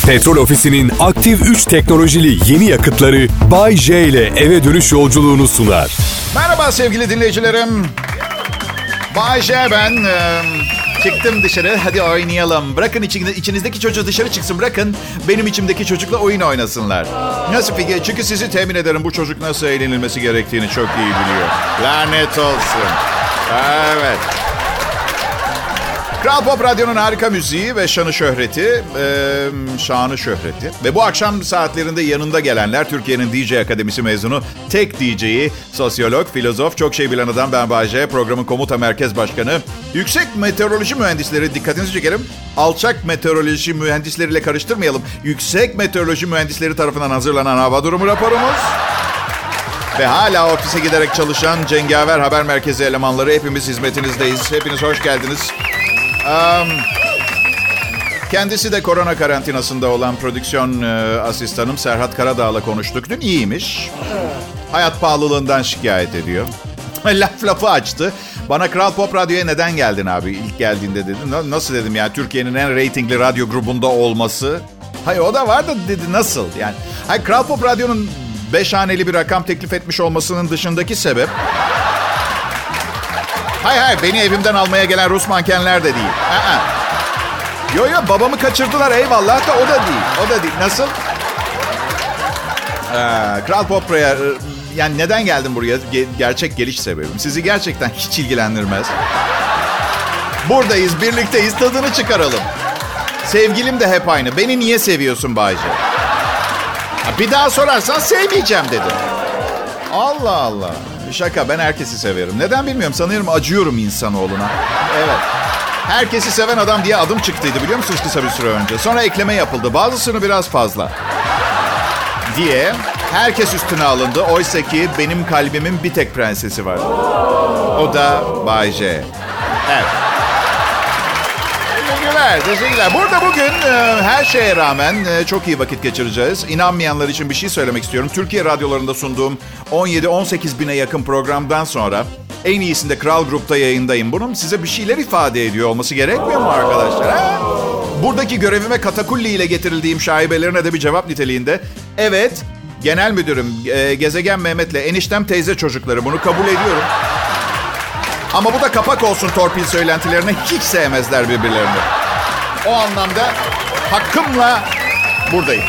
Petrol Ofisi'nin aktif 3 teknolojili yeni yakıtları Bay J ile eve dönüş yolculuğunu sunar. Merhaba sevgili dinleyicilerim. Bay J ben. Çıktım dışarı, hadi oynayalım. Bırakın içinizdeki çocuğu dışarı çıksın, bırakın benim içimdeki çocukla oyun oynasınlar. Nasıl fikir? Çünkü sizi temin ederim, bu çocuk nasıl eğlenilmesi gerektiğini çok iyi biliyor. Lanet olsun. Evet. Kral Pop Radyo'nun harika müziği ve şanı şöhreti. Ve bu akşam saatlerinde yanında gelenler Türkiye'nin DJ Akademisi mezunu tek DJ'yi, sosyolog, filozof, çok şey bilen adam ben Bay J, programın komuta merkez başkanı. Yüksek meteoroloji mühendisleri, dikkatinizi çekerim. Alçak meteoroloji mühendisleriyle karıştırmayalım. Yüksek meteoroloji mühendisleri tarafından hazırlanan hava durumu raporumuz. Ve hala ofise giderek çalışan cengaver haber merkezi elemanları, hepimiz hizmetinizdeyiz. Hepiniz hoş geldiniz. Kendisi de korona karantinasında olan prodüksiyon asistanım Serhat Karadağ'la konuştuk. Dün iyiymiş. Hayat pahalılığından şikayet ediyor. Lafı açtı. Bana Kral Pop Radyo'ya neden geldin abi? İlk geldiğinde dedi. Nasıl dedim ya, Türkiye'nin en reytingli radyo grubunda olması. Hayır, o da var da dedi, nasıl? Yani hayır, Kral Pop Radyo'nun 5 haneli bir rakam teklif etmiş olmasının dışındaki sebep... Hayır, beni evimden almaya gelen Rus mankenler de değil. Yo, babamı kaçırdılar eyvallah da o da değil. Nasıl? Kral Pop'ya yani neden geldim buraya? Gerçek geliş sebebim. Sizi gerçekten hiç ilgilendirmez. Buradayız, birlikteyiz, tadını çıkaralım. Sevgilim de hep aynı. Beni niye seviyorsun Bayce? Bir daha sorarsan sevmeyeceğim dedim. Allah Allah. Şaka, ben herkesi severim. Neden bilmiyorum, sanıyorum acıyorum insanoğluna. Evet. Herkesi seven adam diye adım çıktıydı, biliyor musunuz, kısa bir süre önce. Sonra ekleme yapıldı. Bazısını biraz fazla diye herkes üstüne alındı. Oysa ki benim kalbimin bir tek prensesi var. O da Bay J. Evet. Teşekkürler. Burada bugün her şeye rağmen çok iyi vakit geçireceğiz. İnanmayanlar için bir şey söylemek istiyorum. Türkiye radyolarında sunduğum 17-18 bine yakın programdan sonra en iyisinde Kral Grup'ta yayındayım. Bunun size bir şeyler ifade ediyor olması gerekmiyor mu arkadaşlar? Ha? Buradaki görevime katakulli ile getirildiğim şaibelerine de bir cevap niteliğinde. Evet, genel müdürüm Gezegen Mehmet'le eniştem teyze çocukları, bunu kabul ediyorum. Ama bu da kapak olsun torpil söylentilerine, hiç sevmezler birbirlerini. O anlamda hakkımla buradayım.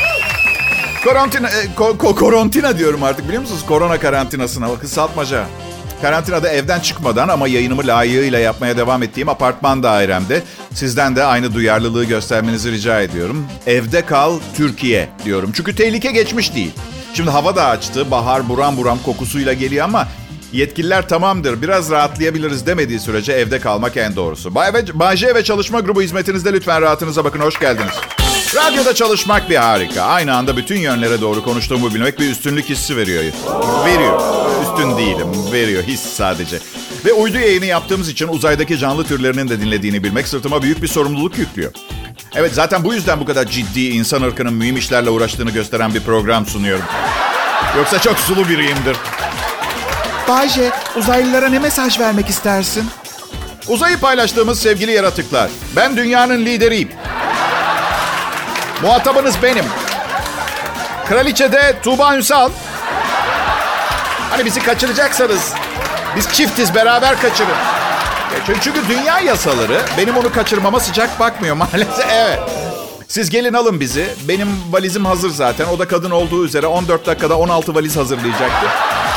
Karantina diyorum artık, biliyor musunuz? Korona karantinasına, kısaltmaca. Karantinada evden çıkmadan ama yayınımı layığıyla yapmaya devam ettiğim apartman dairemde sizden de aynı duyarlılığı göstermenizi rica ediyorum. Evde kal Türkiye diyorum. Çünkü tehlike geçmiş değil. Şimdi hava da açtı. Bahar buram buram kokusuyla geliyor ama yetkililer tamamdır, biraz rahatlayabiliriz demediği sürece evde kalmak en doğrusu. Bay J ve çalışma grubu hizmetinizde, lütfen rahatınıza bakın. Hoş geldiniz. Radyoda çalışmak bir harika. Aynı anda bütün yönlere doğru konuştuğumu bilmek bir üstünlük hissi veriyor. Üstün değilim. Veriyor his sadece. Ve uydu yayını yaptığımız için uzaydaki canlı türlerinin de dinlediğini bilmek sırtıma büyük bir sorumluluk yüklüyor. Evet, zaten bu yüzden bu kadar ciddi, insan ırkının mühim işlerle uğraştığını gösteren bir program sunuyorum. Yoksa çok sulu biriyimdir. Bay J, uzaylılara ne mesaj vermek istersin? Uzayı paylaştığımız sevgili yaratıklar. Ben dünyanın lideriyim. Muhatabınız benim. Kraliçe de Tuğba Ünsal. Hani bizi kaçıracaksanız, biz çiftiz, beraber kaçırın. Çünkü dünya yasaları benim onu kaçırmama sıcak bakmıyor maalesef. Evet. Siz gelin alın bizi. Benim valizim hazır zaten. O da kadın olduğu üzere 14 dakikada 16 valiz hazırlayacaktı.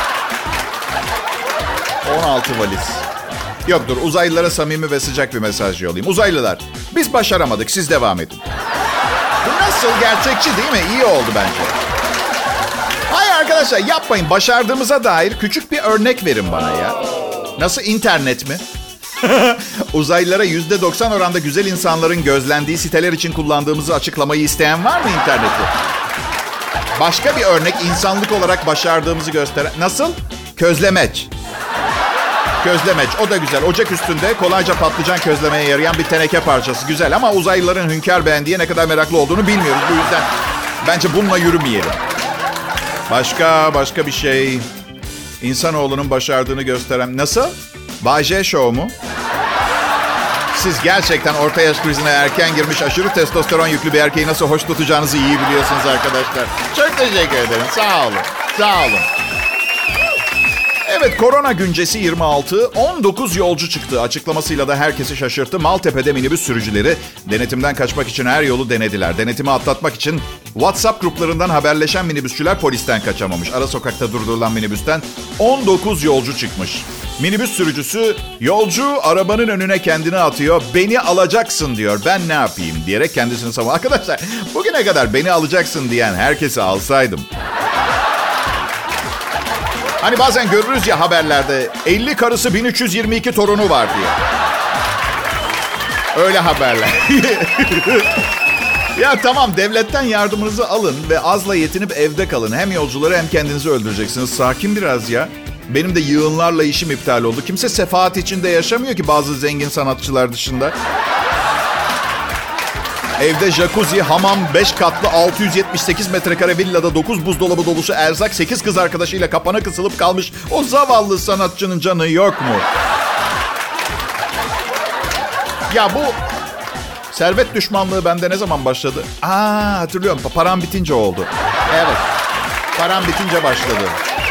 16 valiz. Yok dur, uzaylılara samimi ve sıcak bir mesaj yollayayım. Uzaylılar, biz başaramadık, siz devam edin. Bu nasıl, gerçekçi değil mi? İyi oldu bence. Hayır arkadaşlar, yapmayın. Başardığımıza dair küçük bir örnek verin bana ya. Nasıl, internet mi? Uzaylılara %90 oranda güzel insanların gözlendiği siteler için kullandığımızı açıklamayı isteyen var mı internette? Başka bir örnek, insanlık olarak başardığımızı gösteren... Nasıl? Közlemeç. Közlemeç, o da güzel. Ocak üstünde kolayca patlıcan közlemeye yarayan bir teneke parçası. Güzel ama uzaylıların hünkâr beğendiği ne kadar meraklı olduğunu bilmiyoruz. Bu yüzden bence bununla yürümeyelim. Başka bir şey. İnsanoğlunun başardığını gösteren... Nasıl? Bay J Show mu? siz gerçekten orta yaş krizine erken girmiş aşırı testosteron yüklü bir erkeği nasıl hoş tutacağınızı iyi biliyorsunuz arkadaşlar. Çok teşekkür ederim. Sağ olun. Sağ olun. Evet, korona güncesi 26. 19 yolcu çıktı. Açıklamasıyla da herkesi şaşırttı. Maltepe'de minibüs sürücüleri denetimden kaçmak için her yolu denediler. Denetimi atlatmak için WhatsApp gruplarından haberleşen minibüsçüler polisten kaçamamış. Ara sokakta durdurulan minibüsten 19 yolcu çıkmış. Minibüs sürücüsü, yolcu arabanın önüne kendini atıyor. Beni alacaksın diyor. Ben ne yapayım diyerek kendisini savunuyor. Arkadaşlar, bugüne kadar beni alacaksın diyen herkesi alsaydım. Hani bazen görürüz ya haberlerde 50 karısı 1322 torunu var diye. Öyle haberler. Ya tamam, devletten yardımınızı alın ve azla yetinip evde kalın. Hem yolcuları hem kendinizi öldüreceksiniz. Sakin biraz ya. Benim de yığınlarla işim iptal oldu. Kimse sefaat içinde yaşamıyor ki bazı zengin sanatçılar dışında. Evde jacuzzi, hamam, 5 katlı 678 metrekare villada 9 buzdolabı dolusu erzak, 8 kız arkadaşıyla kapana kısılıp kalmış o zavallı sanatçının canı yok mu? Ya bu servet düşmanlığı bende ne zaman başladı? Hatırlıyorum. Param bitince oldu. Evet. Param bitince başladı.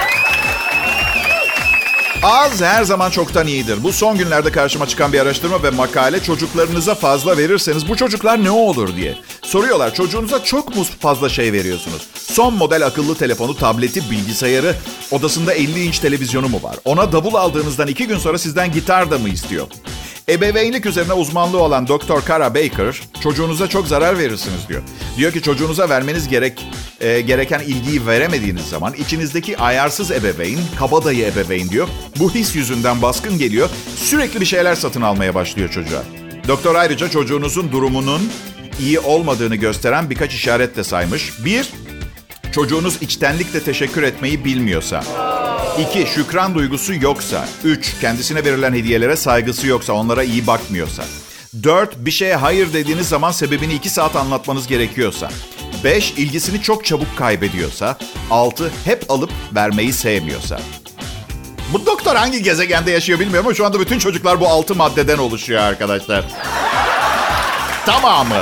Az her zaman çoktan iyidir. Bu son günlerde karşıma çıkan bir araştırma ve makale, çocuklarınıza fazla verirseniz bu çocuklar ne olur diye. Soruyorlar, çocuğunuza çok mu fazla şey veriyorsunuz? Son model akıllı telefonu, tableti, bilgisayarı, odasında 50 inç televizyonu mu var? Ona davul aldığınızdan 2 gün sonra sizden gitar da mı istiyor? Ebeveynlik üzerine uzmanlığı olan Dr. Kara Baker, çocuğunuza çok zarar verirsiniz diyor. Diyor ki çocuğunuza vermeniz gereken ilgiyi veremediğiniz zaman içinizdeki ayarsız ebeveyn, kabadayı ebeveyn diyor. Bu his yüzünden baskın geliyor. Sürekli bir şeyler satın almaya başlıyor çocuğa. Doktor ayrıca çocuğunuzun durumunun iyi olmadığını gösteren birkaç işaret de saymış. 1. Çocuğunuz içtenlikle teşekkür etmeyi bilmiyorsa. 2. Şükran duygusu yoksa. 3. Kendisine verilen hediyelere saygısı yoksa, onlara iyi bakmıyorsa. 4. Bir şeye hayır dediğiniz zaman sebebini 2 saat anlatmanız gerekiyorsa. 5. İlgisini çok çabuk kaybediyorsa. 6. Hep alıp vermeyi sevmiyorsa. Bu doktor hangi gezegende yaşıyor bilmiyorum ama şu anda bütün çocuklar bu 6 maddeden oluşuyor arkadaşlar. Tamamı.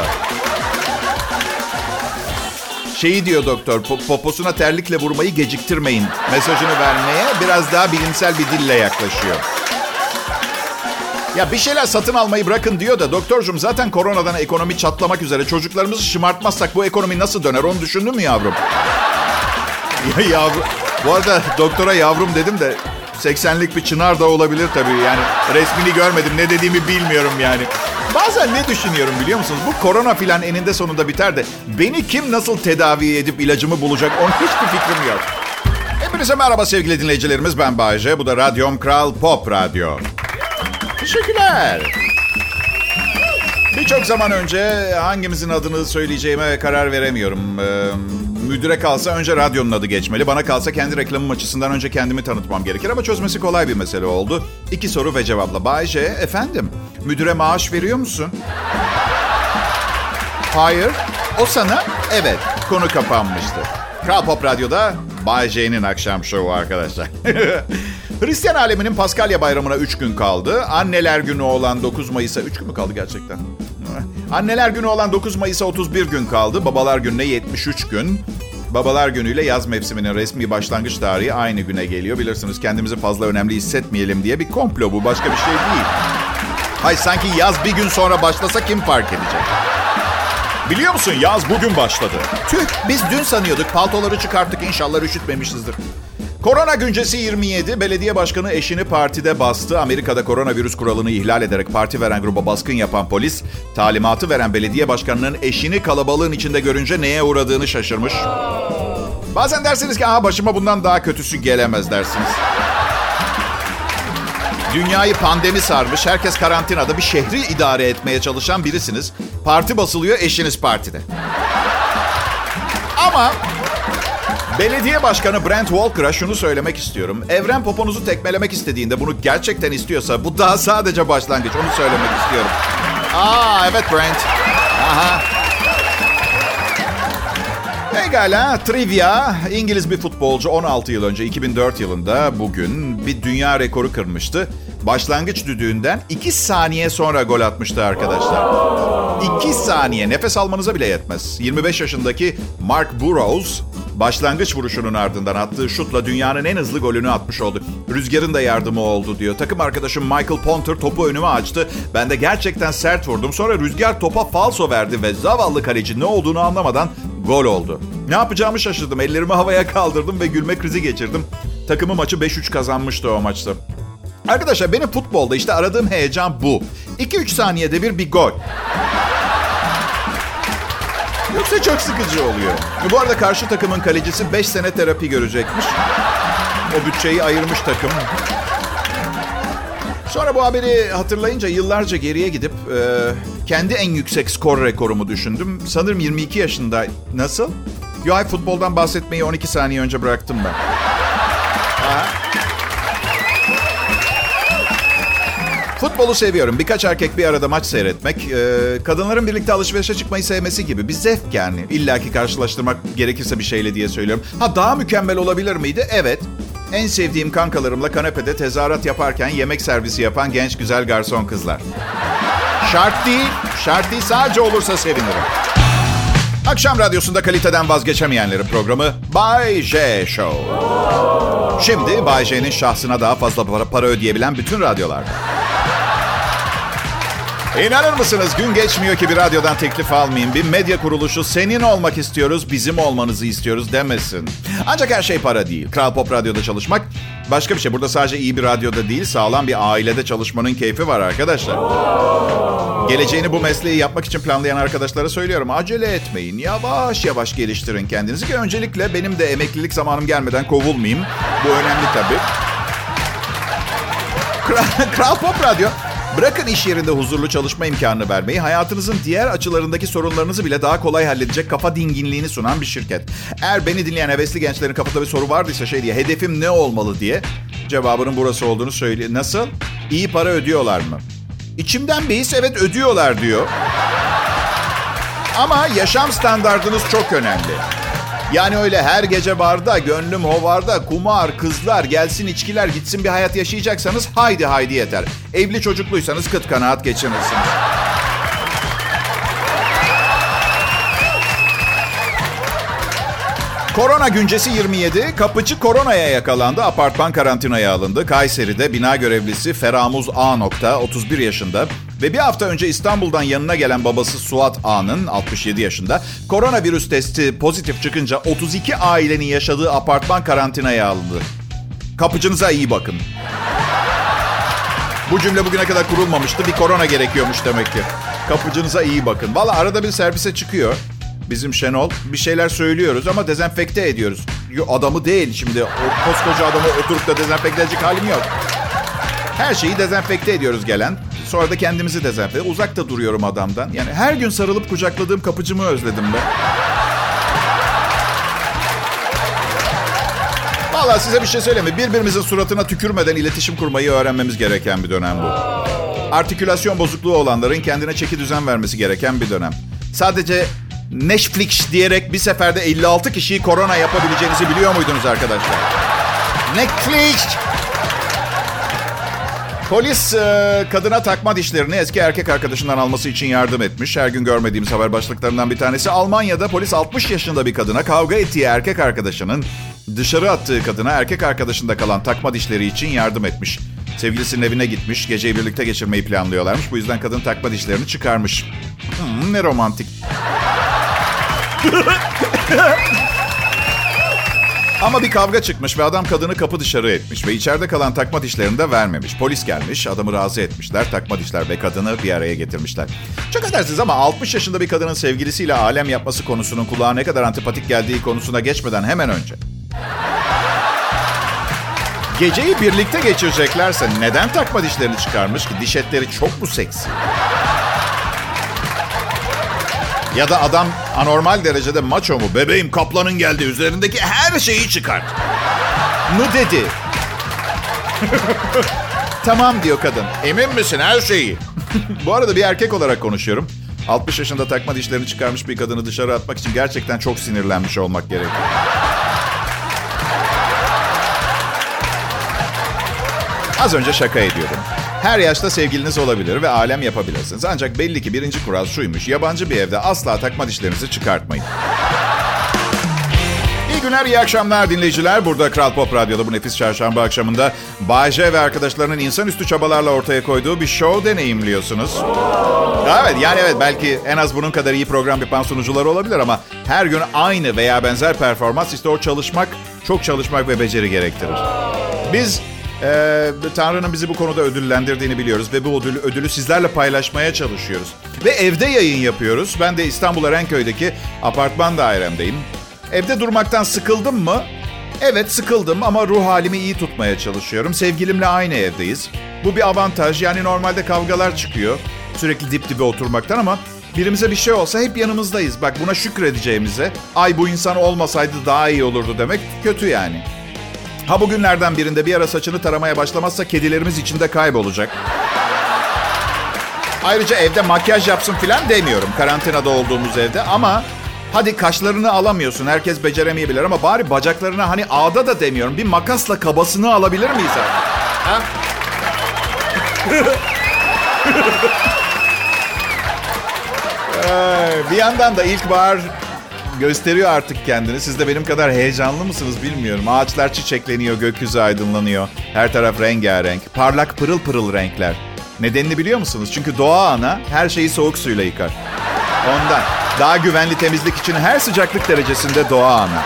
Şeyi diyor doktor, poposuna terlikle vurmayı geciktirmeyin mesajını vermeye biraz daha bilimsel bir dille yaklaşıyor. Ya bir şeyler satın almayı bırakın diyor da doktorcum zaten koronadan ekonomi çatlamak üzere. Çocuklarımızı şımartmazsak bu ekonomi nasıl döner, onu düşündün mü yavrum? Ya yavrum, bu arada doktora yavrum dedim de 80'lik bir çınar da olabilir tabii. Yani resmini görmedim, ne dediğimi bilmiyorum yani. Bazen ne düşünüyorum biliyor musunuz? Bu korona filan eninde sonunda biter de beni kim nasıl tedavi edip ilacımı bulacak, onun hiçbir fikrim yok. Hepinize merhaba sevgili dinleyicilerimiz, ben Bayece. Bu da Radyom Kral Pop Radyo. Teşekkürler. Birçok zaman önce hangimizin adını söyleyeceğime karar veremiyorum. Müdüre kalsa önce radyonun adı geçmeli. Bana kalsa kendi reklamım açısından önce kendimi tanıtmam gerekir. Ama çözmesi kolay bir mesele oldu. 2 soru ve cevapla. Bayce, efendim, müdüre maaş veriyor musun? Hayır. O sana? Evet. Konu kapanmıştı. Kral Pop Radyo'da Bay J'nin akşam şovu arkadaşlar. Hristiyan aleminin Paskalya Bayramı'na 3 gün kaldı. Anneler Günü olan 9 Mayıs'a 3 gün mü kaldı gerçekten? Anneler Günü olan 9 Mayıs'a 31 gün kaldı. Babalar Günü'ne 73 gün. Babalar Günü ile yaz mevsiminin resmi başlangıç tarihi aynı güne geliyor. Bilirsiniz, kendimizi fazla önemli hissetmeyelim diye bir komplo bu. Başka bir şey değil. Hayır, sanki yaz bir gün sonra başlasa kim fark edecek? Biliyor musun, yaz bugün başladı. Tüh, biz dün sanıyorduk. Paltoları çıkarttık, inşallah üşütmemişizdir. Korona güncesi 27. Belediye başkanı eşini partide bastı. Amerika'da koronavirüs kuralını ihlal ederek parti veren gruba baskın yapan polis, talimatı veren belediye başkanının eşini kalabalığın içinde görünce neye uğradığını şaşırmış. Bazen dersiniz ki, başıma bundan daha kötüsü gelemez dersiniz. Dünyayı pandemi sarmış, herkes karantinada, bir şehri idare etmeye çalışan birisiniz. Parti basılıyor, eşiniz partide. Ama belediye başkanı Brent Walker'a şunu söylemek istiyorum. Evren poponuzu tekmelemek istediğinde, bunu gerçekten istiyorsa, bu daha sadece başlangıç. Onu söylemek istiyorum. Evet Brent. Aha. Pekala, trivia. İngiliz bir futbolcu 16 yıl önce, 2004 yılında bugün bir dünya rekoru kırmıştı. başlangıç düdüğünden 2 saniye sonra gol atmıştı arkadaşlar. 2 saniye. Nefes almanıza bile yetmez. 25 yaşındaki Mark Burrows başlangıç vuruşunun ardından attığı şutla dünyanın en hızlı golünü atmış oldu. Rüzgarın da yardımı oldu diyor. Takım arkadaşım Michael Ponter topu önüme açtı. Ben de gerçekten sert vurdum. Sonra rüzgar topa falso verdi ve zavallı kaleci ne olduğunu anlamadan gol oldu. Ne yapacağımı şaşırdım. Ellerimi havaya kaldırdım ve gülme krizi geçirdim. Takımı maçı 5-3 kazanmıştı o maçta. Arkadaşlar benim futbolda işte aradığım heyecan bu. 2-3 saniyede bir gol. Yoksa çok sıkıcı oluyor. Bu arada karşı takımın kalecisi 5 sene terapi görecekmiş. O bütçeyi ayırmış takım. Sonra bu haberi hatırlayınca yıllarca geriye gidip kendi en yüksek skor rekorumu düşündüm. Sanırım 22 yaşında. Nasıl? Yo, futboldan bahsetmeyi 12 saniye önce bıraktım ben. Aha. Futbolu seviyorum. Birkaç erkek bir arada maç seyretmek, kadınların birlikte alışverişe çıkmayı sevmesi gibi bir zevk yani. İlla ki karşılaştırmak gerekirse bir şeyle diye söylüyorum. Ha, daha mükemmel olabilir miydi? Evet. En sevdiğim kankalarımla kanepede tezahürat yaparken yemek servisi yapan genç güzel garson kızlar. Şart değil, sadece olursa sevinirim. Akşam radyosunda kaliteden vazgeçemeyenlerin programı Bay J Show. Şimdi Bay J'nin şahsına daha fazla para ödeyebilen bütün radyolarda. İnanır mısınız, gün geçmiyor ki bir radyodan teklif almayayım. Bir medya kuruluşu senin olmak istiyoruz, bizim olmanızı istiyoruz demesin. Ancak her şey para değil. Kral Pop Radyo'da çalışmak başka bir şey. Burada sadece iyi bir radyoda değil, sağlam bir ailede çalışmanın keyfi var arkadaşlar. Geleceğini bu mesleği yapmak için planlayan arkadaşlara söylüyorum. Acele etmeyin. Yavaş yavaş geliştirin kendinizi ki öncelikle benim de emeklilik zamanım gelmeden kovulmayayım. Bu önemli tabii. Kral Pop Radyo, bırakın iş yerinde huzurlu çalışma imkanını vermeyi, hayatınızın diğer açılarındaki sorunlarınızı bile daha kolay halledecek kafa dinginliğini sunan bir şirket. Eğer beni dinleyen hevesli gençlerin kafada bir soru vardıysa şey diye, hedefim ne olmalı diye, cevabının burası olduğunu söyleyeyim. Nasıl? İyi para ödüyorlar mı? İçimden bir his evet ödüyorlar diyor. Ama yaşam standardınız çok önemli. Yani öyle her gece barda, gönlüm hovarda, kumar, kızlar, gelsin içkiler, gitsin bir hayat yaşayacaksanız haydi yeter. Evli çocukluysanız kıt kanaat geçinirsiniz. Korona güncesi 27. Kapıcı koronaya yakalandı. Apartman karantinaya alındı. Kayseri'de bina görevlisi Feramuz A. 31 yaşında ve bir hafta önce İstanbul'dan yanına gelen babası Suat A'nın 67 yaşında koronavirüs testi pozitif çıkınca 32 ailenin yaşadığı apartman karantinaya alındı. Kapıcınıza iyi bakın. Bu cümle bugüne kadar kurulmamıştı. Bir korona gerekiyormuş demek ki. Kapıcınıza iyi bakın. Vallahi arada bir servise çıkıyor bizim Şenol. Bir şeyler söylüyoruz ama dezenfekte ediyoruz. Adamı değil şimdi. O koskoca adamı oturup da dezenfekte edecek halim yok. Her şeyi dezenfekte ediyoruz gelen. Sonra da kendimizi dezenfekte. Uzakta duruyorum adamdan. Yani her gün sarılıp kucakladığım kapıcımı özledim ben. Vallahi size bir şey söyleyeyim mi? Birbirimizin suratına tükürmeden iletişim kurmayı öğrenmemiz gereken bir dönem bu. Artikülasyon bozukluğu olanların kendine çeki düzen vermesi gereken bir dönem. Sadece Netflix diyerek bir seferde 56 kişiyi korona yapabileceğinizi biliyor muydunuz arkadaşlar? Netflix! Polis kadına takma dişlerini eski erkek arkadaşından alması için yardım etmiş. Her gün görmediğimiz haber başlıklarından bir tanesi. Almanya'da polis 60 yaşında bir kadına kavga ettiği erkek arkadaşının dışarı attığı kadına erkek arkadaşında kalan takma dişleri için yardım etmiş. Sevgilisinin evine gitmiş. Geceyi birlikte geçirmeyi planlıyorlarmış. Bu yüzden kadın takma dişlerini çıkarmış. Ne romantik. Ama bir kavga çıkmış ve adam kadını kapı dışarı etmiş ve içeride kalan takma dişlerini de vermemiş. Polis gelmiş, adamı razı etmişler. Takma dişler ve kadını bir araya getirmişler. Çok affedersiniz ama 60 yaşında bir kadının sevgilisiyle alem yapması konusunun kulağa ne kadar antipatik geldiği konusuna geçmeden hemen önce. Geceyi birlikte geçireceklerse neden takma dişlerini çıkarmış ki? Diş etleri çok mu seksi? Ya da adam anormal derecede maço mu? Bebeğim kaplanın geldi, üzerindeki her şeyi çıkart. Mı dedi? Tamam diyor kadın. Emin misin her şeyi? Bu arada bir erkek olarak konuşuyorum. 60 yaşında takma dişlerini çıkarmış bir kadını dışarı atmak için gerçekten çok sinirlenmiş olmak gerekiyor. Az önce şaka ediyordum. Her yaşta sevgiliniz olabilir ve alem yapabilirsiniz. Ancak belli ki birinci kural şuymuş. Yabancı bir evde asla takma dişlerinizi çıkartmayın. İyi günler, iyi akşamlar dinleyiciler. Burada Kral Pop Radyo'da bu nefis çarşamba akşamında Bay J ve arkadaşlarının insanüstü çabalarla ortaya koyduğu bir show deneyimliyorsunuz. Evet belki en az bunun kadar iyi program yapan sunucular olabilir ama her gün aynı veya benzer performans işte o çok çalışmak ve beceri gerektirir. Biz Tanrı'nın bizi bu konuda ödüllendirdiğini biliyoruz ve bu ödülü sizlerle paylaşmaya çalışıyoruz. Ve evde yayın yapıyoruz. Ben de İstanbul Erenköy'deki apartman dairemdeyim. Evde durmaktan sıkıldım mı? Evet sıkıldım ama ruh halimi iyi tutmaya çalışıyorum. Sevgilimle aynı evdeyiz. Bu bir avantaj. Yani normalde kavgalar çıkıyor. Sürekli dip dibe oturmaktan ama birimize bir şey olsa hep yanımızdayız. Bak buna şükredeceğimize, ay bu insan olmasaydı daha iyi olurdu demek kötü yani. Ha bugünlerden birinde bir ara saçını taramaya başlamazsa kedilerimiz içinde kaybolacak. Ayrıca evde makyaj yapsın filan demiyorum karantinada olduğumuz evde ama hadi kaşlarını alamıyorsun, herkes beceremeyebilir ama bari bacaklarına hani ağda da demiyorum bir makasla kabasını alabilir miyiz artık? Ha? Bir yandan da ilkbahar gösteriyor artık kendini. Siz de benim kadar heyecanlı mısınız bilmiyorum. Ağaçlar çiçekleniyor, gökyüzü aydınlanıyor. Her taraf rengarenk, parlak pırıl pırıl renkler. Nedenini biliyor musunuz? Çünkü doğa ana her şeyi soğuk suyla yıkar. Ondan. Daha güvenli temizlik için her sıcaklık derecesinde doğa ana.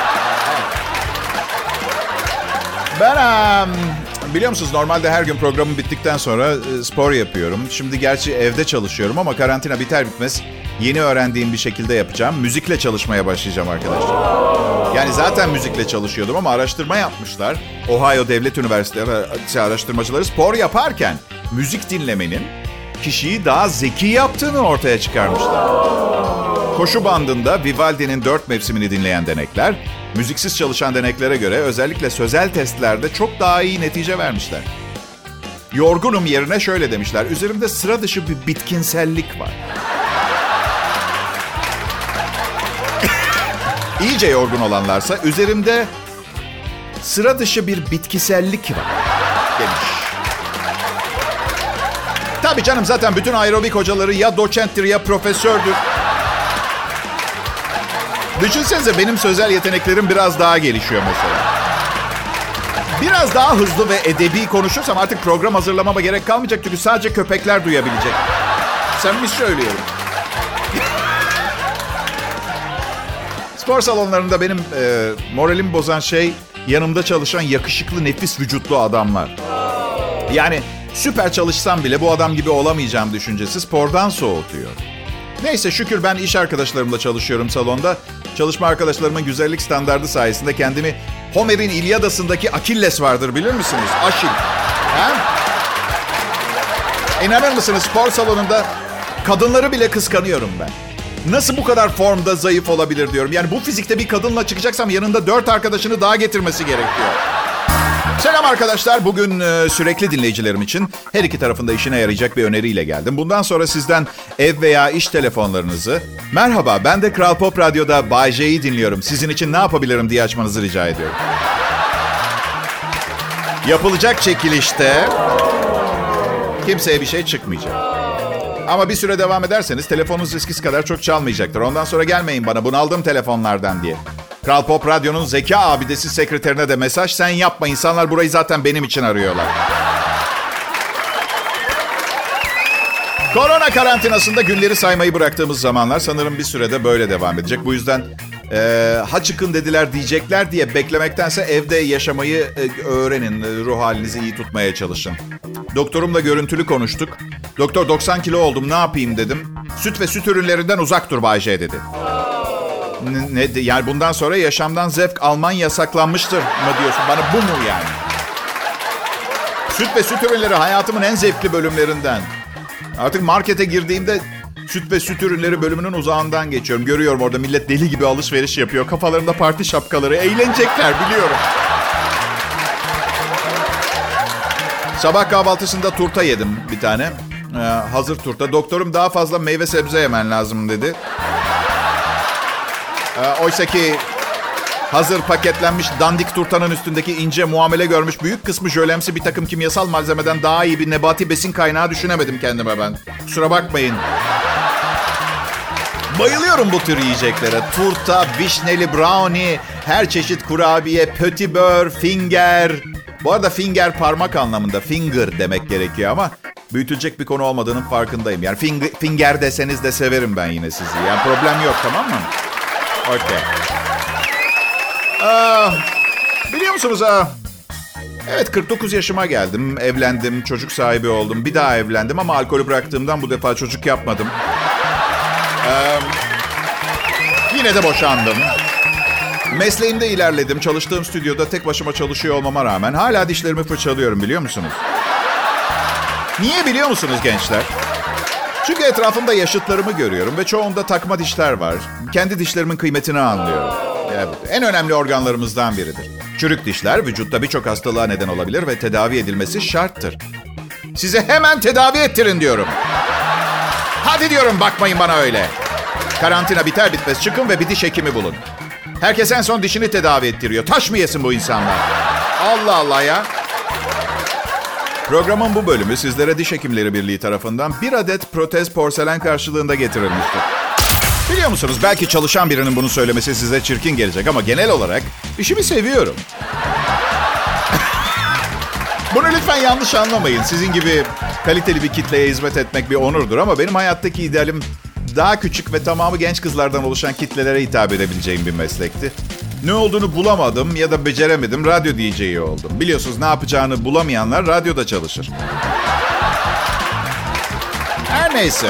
Ben biliyor musunuz normalde her gün programım bittikten sonra spor yapıyorum. Şimdi gerçi evde çalışıyorum ama karantina biter bitmez yeni öğrendiğim bir şekilde yapacağım. Müzikle çalışmaya başlayacağım arkadaşlar. Yani zaten müzikle çalışıyordum ama araştırma yapmışlar. Ohio Devlet Üniversitesi araştırmacıları spor yaparken müzik dinlemenin kişiyi daha zeki yaptığını ortaya çıkarmışlar. Koşu bandında Vivaldi'nin 4 mevsimini dinleyen denekler, müziksiz çalışan deneklere göre özellikle sözel testlerde çok daha iyi netice vermişler. Yorgunum yerine şöyle demişler, üzerimde sıra dışı bir bitkinsellik var. İyice yorgun olanlarsa üzerimde sıra dışı bir bitkisellik var demiş. Tabii canım zaten bütün aerobik hocaları ya doçenttir ya profesördür. Düşünsenize benim sözel yeteneklerim biraz daha gelişiyor mesela. Biraz daha hızlı ve edebi konuşursam artık program hazırlamama gerek kalmayacak çünkü sadece köpekler duyabilecek. Samimi söylüyorum. Spor salonlarında benim moralimi bozan şey yanımda çalışan yakışıklı nefis vücutlu adamlar. Yani süper çalışsam bile bu adam gibi olamayacağım düşüncesi spordan soğutuyor. Neyse şükür ben iş arkadaşlarımla çalışıyorum salonda. Çalışma arkadaşlarımın güzellik standardı sayesinde kendimi Homer'in İlyadası'ndaki Akilles vardır bilir misiniz? Aşil. Ha? İnanır mısınız spor salonunda kadınları bile kıskanıyorum ben. Nasıl bu kadar formda zayıf olabilir diyorum. Yani bu fizikte bir kadınla çıkacaksam yanında 4 arkadaşını daha getirmesi gerekiyor. Selam arkadaşlar. Bugün sürekli dinleyicilerim için her iki tarafında işine yarayacak bir öneriyle geldim. Bundan sonra sizden ev veya iş telefonlarınızı merhaba ben de Kral Pop Radyo'da Bay J'yi dinliyorum. Sizin için ne yapabilirim diye açmanızı rica ediyorum. Yapılacak çekilişte kimseye bir şey çıkmayacak. Ama bir süre devam ederseniz telefonunuz eskisi kadar çok çalmayacaktır. Ondan sonra gelmeyin bana bunaldım telefonlardan diye. Kral Pop Radyo'nun zeka abidesi sekreterine de mesaj. Sen yapma insanlar burayı zaten benim için arıyorlar. Korona karantinasında günleri saymayı bıraktığımız zamanlar sanırım bir sürede böyle devam edecek. Bu yüzden ha çıkın dediler diyecekler diye beklemektense evde yaşamayı öğrenin. Ruh halinizi iyi tutmaya çalışın. Doktorumla görüntülü konuştuk. Doktor 90 kilo oldum ne yapayım dedim. Süt ve süt ürünlerinden uzak dur Bay J dedi. Yani bundan sonra yaşamdan zevk alman yasaklanmıştır mı diyorsun? Bana bu mu yani? Süt ve süt ürünleri hayatımın en zevkli bölümlerinden. Artık markete girdiğimde süt ve süt ürünleri bölümünün uzağından geçiyorum. Görüyorum orada millet deli gibi alışveriş yapıyor. Kafalarında parti şapkaları. Eğlenecekler biliyorum. Sabah kahvaltısında turta yedim bir tane. Hazır turta. Doktorum daha fazla meyve sebze yemen lazım dedi. Oysa ki Hazır paketlenmiş dandik turtanın üstündeki ince muamele görmüş büyük kısmı jölemsi bir takım kimyasal malzemeden daha iyi bir nebati besin kaynağı düşünemedim kendime ben. Kusura bakmayın. Bayılıyorum bu tür yiyeceklere. Turta, vişneli brownie, her çeşit kurabiye, pötibör, finger. Bu arada finger parmak anlamında. Finger demek gerekiyor ama büyütülecek bir konu olmadığının farkındayım. Yani finger deseniz de severim ben yine sizi. Yani problem yok, tamam mı? Okey. Biliyor musunuz? Evet, 49 yaşıma geldim. Evlendim, çocuk sahibi oldum. Bir daha evlendim ama alkolü bıraktığımdan bu defa çocuk yapmadım. Yine de boşandım. Mesleğimde ilerledim. Çalıştığım stüdyoda tek başıma çalışıyor olmama rağmen hala dişlerimi fırçalıyorum, biliyor musunuz? Niye biliyor musunuz gençler? Çünkü etrafımda yaşıtlarımı görüyorum ve çoğunda takma dişler var. Kendi dişlerimin kıymetini anlıyorum. Evet, en önemli organlarımızdan biridir. Çürük dişler vücutta birçok hastalığa neden olabilir ve tedavi edilmesi şarttır. Size hemen tedavi ettirin diyorum. Hadi diyorum, bakmayın bana öyle. Karantina biter bitmez çıkın ve bir diş hekimi bulun. Herkes en son dişini tedavi ettiriyor. Taş mı yesin bu insanlar? Allah Allah ya. Programın bu bölümü sizlere Diş Hekimleri Birliği tarafından bir adet protez porselen karşılığında getirilmiştir. Biliyor musunuz, belki çalışan birinin bunu söylemesi size çirkin gelecek ama genel olarak işimi seviyorum. Bunu lütfen yanlış anlamayın. Sizin gibi kaliteli bir kitleye hizmet etmek bir onurdur ama benim hayattaki idealim daha küçük ve tamamı genç kızlardan oluşan kitlelere hitap edebileceğim bir meslekti. Ne olduğunu bulamadım ya da beceremedim. Radyo DJ'yi oldum. Biliyorsunuz, ne yapacağını bulamayanlar radyoda çalışır. Her neyse.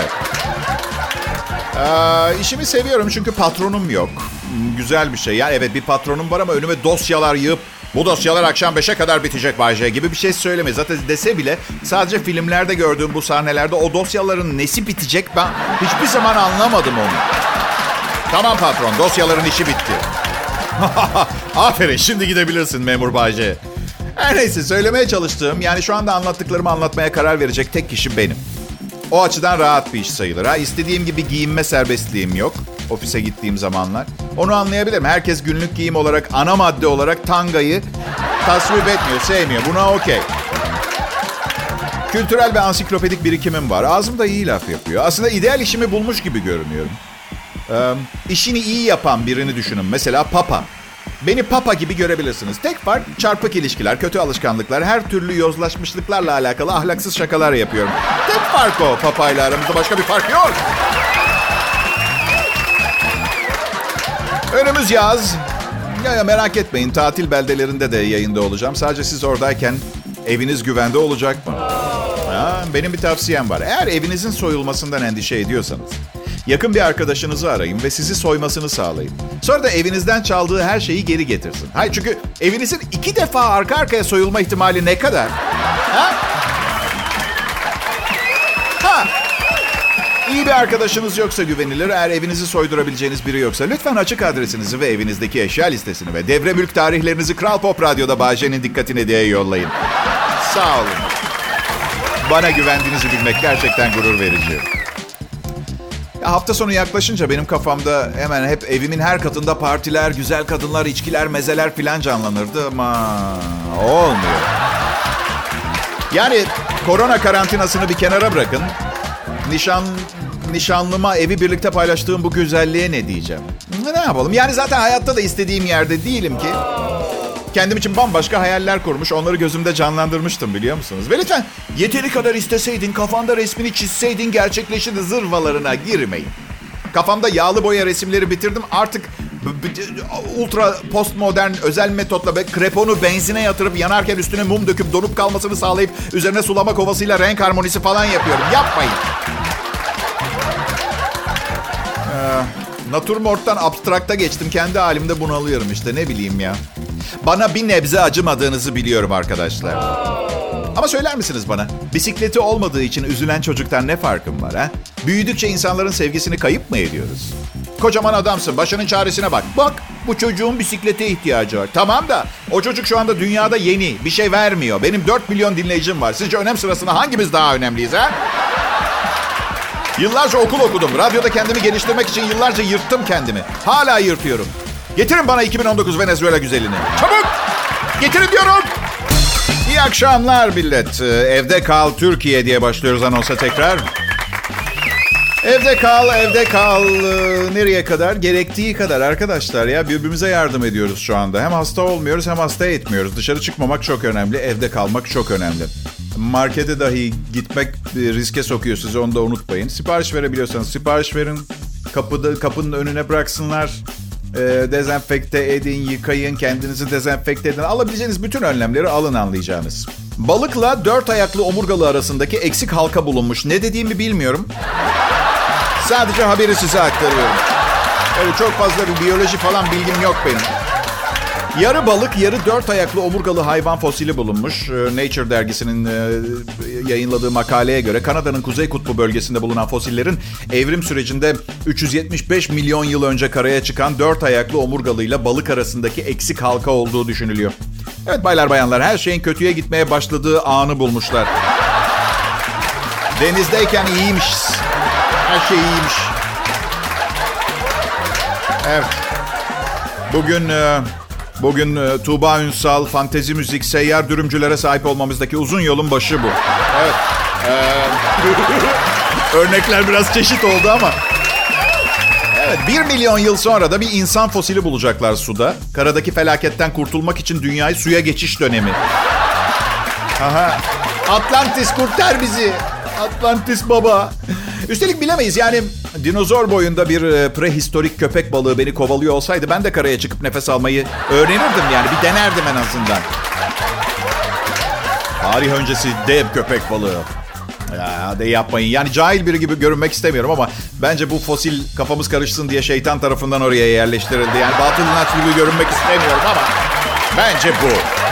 İşimi seviyorum çünkü patronum yok. Güzel bir şey. Yani evet, bir patronum var ama önüme dosyalar yığıp bu dosyalar akşam 5'e kadar bitecek Bay J gibi bir şey söylemez. Zaten dese bile sadece filmlerde gördüğüm bu sahnelerde o dosyaların nesi bitecek ben hiçbir zaman anlamadım onu. Tamam patron, dosyaların işi bitti. Aferin, şimdi gidebilirsin memur Bay J. Her neyse, söylemeye çalıştığım, yani şu anda anlattıklarımı anlatmaya karar verecek tek kişi benim. O açıdan rahat bir iş sayılır. İstediğim gibi giyinme serbestliğim yok ofise gittiğim zamanlar. Onu anlayabilirim. Herkes günlük giyim olarak, ana madde olarak tangayı tasvip etmiyor, sevmiyor. Buna okey. Kültürel ve ansiklopedik birikimim var. Ağzım da iyi laf yapıyor. Aslında ideal işimi bulmuş gibi görünüyorum. İşini iyi yapan birini düşünün. Mesela Papa. Beni Papa gibi görebilirsiniz. Tek fark çarpık ilişkiler, kötü alışkanlıklar, her türlü yozlaşmışlıklarla alakalı ahlaksız şakalar yapıyorum. Tek fark o. Papa ile aramızda başka bir fark yok. Önümüz yaz. Ya merak etmeyin, tatil beldelerinde de yayında olacağım. Sadece siz oradayken eviniz güvende olacak mı? Benim bir tavsiyem var. Eğer evinizin soyulmasından endişe ediyorsanız, yakın bir arkadaşınızı arayın ve sizi soymasını sağlayın. Sonra da evinizden çaldığı her şeyi geri getirsin. Hayır, çünkü evinizin 2 defa arka arkaya soyulma ihtimali ne kadar? İyi bir arkadaşınız yoksa güvenilir. Eğer evinizi soydurabileceğiniz biri yoksa lütfen açık adresinizi ve evinizdeki eşya listesini ve devre mülk tarihlerinizi Kral Pop Radyo'da Bay J'nin dikkatine diye yollayın. Sağ olun. Bana güvendiğinizi bilmek gerçekten gurur verici. Hafta sonu yaklaşınca benim kafamda hemen hep evimin her katında partiler, güzel kadınlar, içkiler, mezeler filan canlanırdı ama olmuyor. Yani korona karantinasını bir kenara bırakın. Nişanlıma evi birlikte paylaştığım bu güzelliğe ne diyeceğim? Ne yapalım? Yani zaten hayatta da istediğim yerde değilim ki. Kendim için bambaşka hayaller kurmuş, onları gözümde canlandırmıştım, biliyor musunuz? Ve lütfen yeteri kadar isteseydin, kafanda resmini çizseydin gerçekleşirdi zırvalarına girmeyin. Kafamda yağlı boya resimleri bitirdim. Artık ultra postmodern özel metotla kreponu benzine yatırıp yanarken üstüne mum döküp donup kalmasını sağlayıp üzerine sulama kovasıyla renk harmonisi falan yapıyorum. Yapmayın. Natürmort'tan abstrakta geçtim. Kendi halimde bunalıyorum işte, ne bileyim ya. Bana bir nebze acımadığınızı biliyorum arkadaşlar. Ama söyler misiniz bana? Bisikleti olmadığı için üzülen çocuktan ne farkım var ha? Büyüdükçe insanların sevgisini kayıp mı ediyoruz? Kocaman adamsın, başının çaresine bak. Bak, bu çocuğun bisiklete ihtiyacı var. Tamam da o çocuk şu anda dünyada yeni, bir şey vermiyor. Benim 4 milyon dinleyicim var. Sizce önem sırasında hangimiz daha önemliyiz ha? Yıllarca okul okudum. Radyoda kendimi geliştirmek için yıllarca yırttım kendimi. Hala yırtıyorum. Getirin bana 2019 Venezuela güzelini. Çabuk! Getirin diyorum. İyi akşamlar millet. Evde kal Türkiye diye başlıyoruz anonsa tekrar. Evde kal, evde kal. Nereye kadar? Gerektiği kadar arkadaşlar ya. Birbirimize yardım ediyoruz şu anda. Hem hasta olmuyoruz hem hasta etmiyoruz. Dışarı çıkmamak çok önemli. Evde kalmak çok önemli. Markete dahi gitmek riske sokuyor sizi. Onu da unutmayın. Sipariş verebiliyorsanız sipariş verin. Kapının önüne bıraksınlar. Dezenfekte edin, yıkayın, kendinizi dezenfekte edin. Alabileceğiniz bütün önlemleri alın anlayacağınız. Balıkla 4 ayaklı omurgalı arasındaki eksik halka bulunmuş. Ne dediğimi bilmiyorum. Sadece haberi size aktarıyorum. Öyle çok fazla bir biyoloji falan bilgim yok benim. Yarı balık, yarı 4 ayaklı omurgalı hayvan fosili bulunmuş. Nature dergisinin yayınladığı makaleye göre Kanada'nın Kuzey Kutbu bölgesinde bulunan fosillerin evrim sürecinde 375 milyon yıl önce karaya çıkan 4 ayaklı omurgalıyla balık arasındaki eksik halka olduğu düşünülüyor. Evet baylar bayanlar, her şeyin kötüye gitmeye başladığı anı bulmuşlar. Denizdeyken iyiymişiz. Her şey iyiymiş. Evet. Bugün Tuğba Ünsal, fantezi müzik, seyyar dürümcülere sahip olmamızdaki uzun yolun başı bu. Evet. Örnekler biraz çeşit oldu ama. Evet, 1 milyon yıl sonra da bir insan fosili bulacaklar suda. Karadaki felaketten kurtulmak için dünyayı suya geçiş dönemi. Aha. Atlantis kurtar bizi. Atlantis baba. Üstelik bilemeyiz yani dinozor boyunda bir prehistorik köpek balığı beni kovalıyor olsaydı ben de karaya çıkıp nefes almayı öğrenirdim yani bir denerdim en azından. Tarih öncesi dev köpek balığı. Ya de yapmayın yani cahil biri gibi görünmek istemiyorum ama bence bu fosil kafamız karışsın diye şeytan tarafından oraya yerleştirildi. Yani batıl inanç gibi görünmek istemiyorum ama bence bu.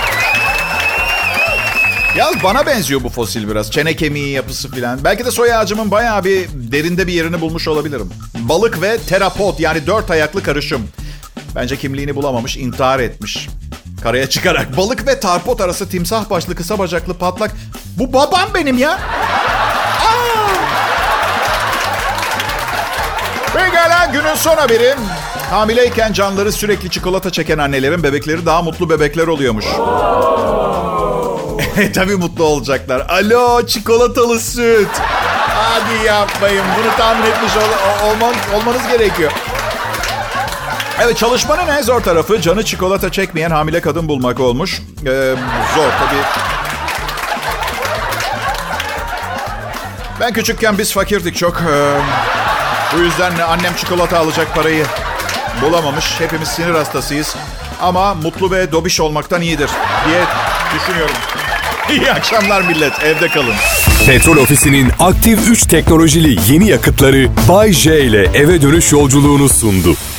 Yalnız bana benziyor bu fosil biraz. Çene kemiği yapısı filan. Belki de soy ağacımın bayağı bir derinde bir yerini bulmuş olabilirim. Balık ve terapod yani 4 ayaklı karışım. Bence kimliğini bulamamış, intihar etmiş. Karaya çıkarak. Balık ve tarpod arası timsah başlı kısa bacaklı patlak. Bu babam benim ya. Pekala günün son haberi. Hamileyken canları sürekli çikolata çeken annelerin bebekleri daha mutlu bebekler oluyormuş. Tabii mutlu olacaklar. Alo çikolatalı süt. Hadi yapmayın. Bunu tahmin etmiş olmanız gerekiyor. Evet çalışmanın en zor tarafı canı çikolata çekmeyen hamile kadın bulmak olmuş. Zor tabii. Ben küçükken biz fakirdik çok. Bu yüzden annem çikolata alacak parayı bulamamış. Hepimiz sinir hastasıyız. Ama mutlu ve dobiş olmaktan iyidir diye düşünüyorum. İyi akşamlar millet. Evde kalın. Petrol Ofisi'nin aktif 3 teknolojili yeni yakıtları Bay J ile eve dönüş yolculuğunu sundu.